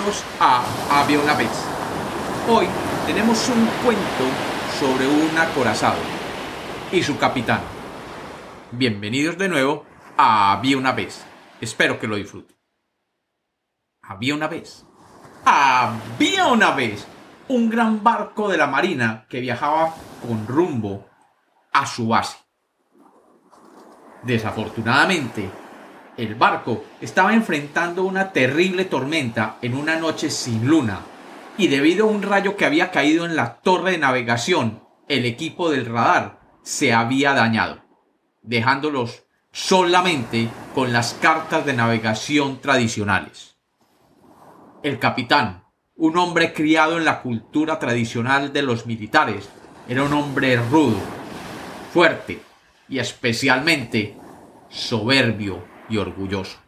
Bienvenidos a Había una vez. Hoy tenemos un cuento sobre un acorazado y su capitán. Bienvenidos de nuevo a Había una vez. Espero que lo disfruten. Había una vez un gran barco de la marina que viajaba con rumbo a su base. Desafortunadamente, el barco estaba enfrentando una terrible tormenta en una noche sin luna, y debido a un rayo que había caído en la torre de navegación, el equipo del radar se había dañado, dejándolos solamente con las cartas de navegación tradicionales. El capitán, un hombre criado en la cultura tradicional de los militares, era un hombre rudo, fuerte y especialmente soberbio y orgulloso.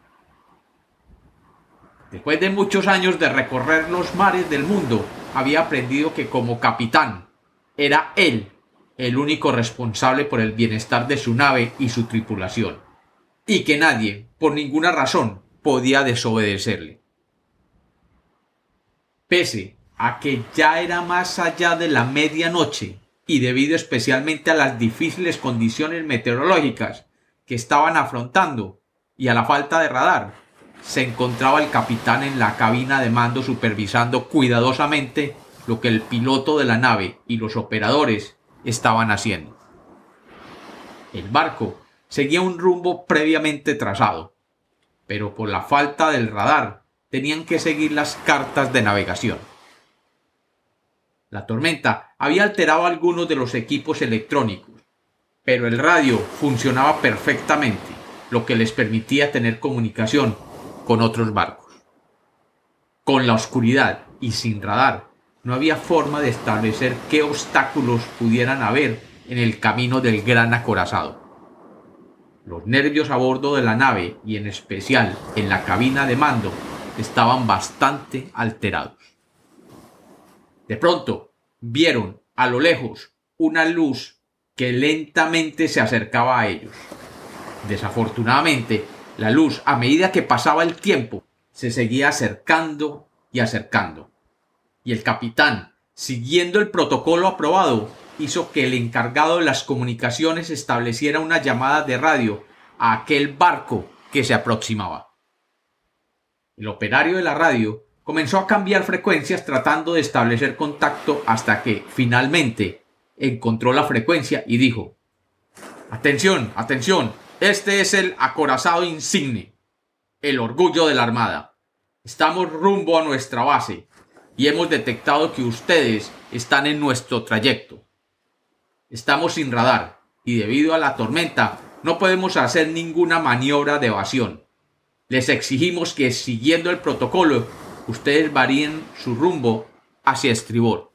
Después de muchos años de recorrer los mares del mundo, había aprendido que como capitán era él el único responsable por el bienestar de su nave y su tripulación, y que nadie, por ninguna razón, podía desobedecerle. Pese a que ya era más allá de la medianoche, y debido especialmente a las difíciles condiciones meteorológicas que estaban afrontando y a la falta de radar, se encontraba el capitán en la cabina de mando supervisando cuidadosamente lo que el piloto de la nave y los operadores estaban haciendo. El barco seguía un rumbo previamente trazado, pero por la falta del radar tenían que seguir las cartas de navegación. La tormenta había alterado algunos de los equipos electrónicos, pero el radio funcionaba perfectamente, lo que les permitía tener comunicación con otros barcos. Con la oscuridad y sin radar, no había forma de establecer qué obstáculos pudieran haber en el camino del gran acorazado. Los nervios a bordo de la nave y en especial en la cabina de mando estaban bastante alterados. De pronto vieron a lo lejos una luz que lentamente se acercaba a ellos. Desafortunadamente, la luz, a medida que pasaba el tiempo, se seguía acercando y acercando. Y el capitán, siguiendo el protocolo aprobado, hizo que el encargado de las comunicaciones estableciera una llamada de radio a aquel barco que se aproximaba. El operario de la radio comenzó a cambiar frecuencias tratando de establecer contacto hasta que, finalmente, encontró la frecuencia y dijo: «Atención, atención. Este es el acorazado Insigne, el orgullo de la Armada. Estamos rumbo a nuestra base y hemos detectado que ustedes están en nuestro trayecto. Estamos sin radar y debido a la tormenta no podemos hacer ninguna maniobra de evasión. Les exigimos que, siguiendo el protocolo, ustedes varíen su rumbo hacia estribor».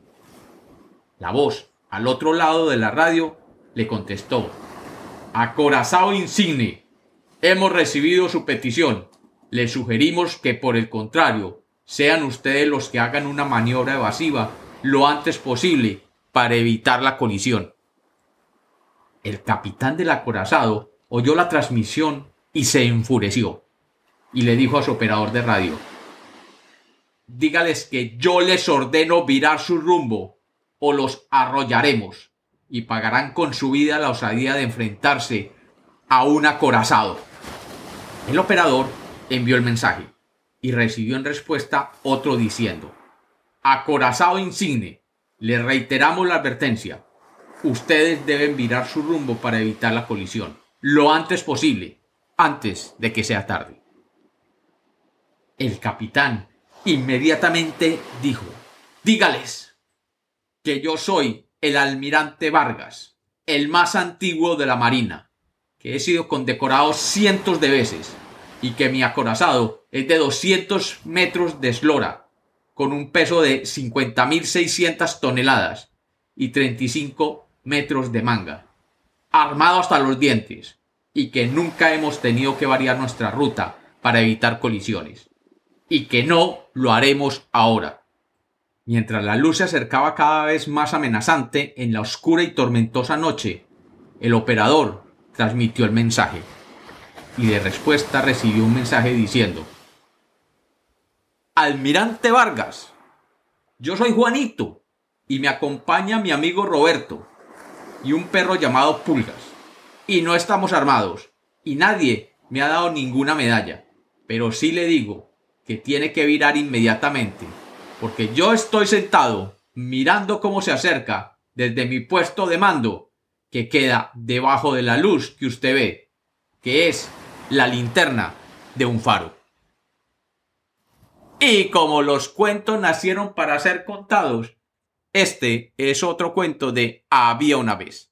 La voz al otro lado de la radio le contestó: «Acorazado Insigne, hemos recibido su petición. Les sugerimos que, por el contrario, sean ustedes los que hagan una maniobra evasiva lo antes posible para evitar la colisión». El capitán del acorazado oyó la transmisión y se enfureció, y le dijo a su operador de radio: «Dígales que yo les ordeno virar su rumbo o los arrollaremos y pagarán con su vida la osadía de enfrentarse a un acorazado». El operador envió el mensaje y recibió en respuesta otro diciendo: «Acorazado Insigne, les reiteramos la advertencia. Ustedes deben virar su rumbo para evitar la colisión lo antes posible, antes de que sea tarde». El capitán inmediatamente dijo: «Dígales que yo soy el almirante Vargas, el más antiguo de la marina, que he sido condecorado cientos de veces y que mi acorazado es de 200 metros de eslora, con un peso de 50.600 toneladas y 35 metros de manga, armado hasta los dientes, y que nunca hemos tenido que variar nuestra ruta para evitar colisiones, y que no lo haremos ahora». Mientras la luz se acercaba cada vez más amenazante en la oscura y tormentosa noche, el operador transmitió el mensaje y de respuesta recibió un mensaje diciendo: Almirante Vargas. Yo soy Juanito y me acompaña mi amigo Roberto y un perro llamado Pulgas. Y no estamos armados y nadie me ha dado ninguna medalla. Pero sí le digo que tiene que virar inmediatamente, porque yo estoy sentado mirando cómo se acerca desde mi puesto de mando, que queda debajo de la luz que usted ve, que es la linterna de un faro. Y como los cuentos nacieron para ser contados, este es otro cuento de Había una vez.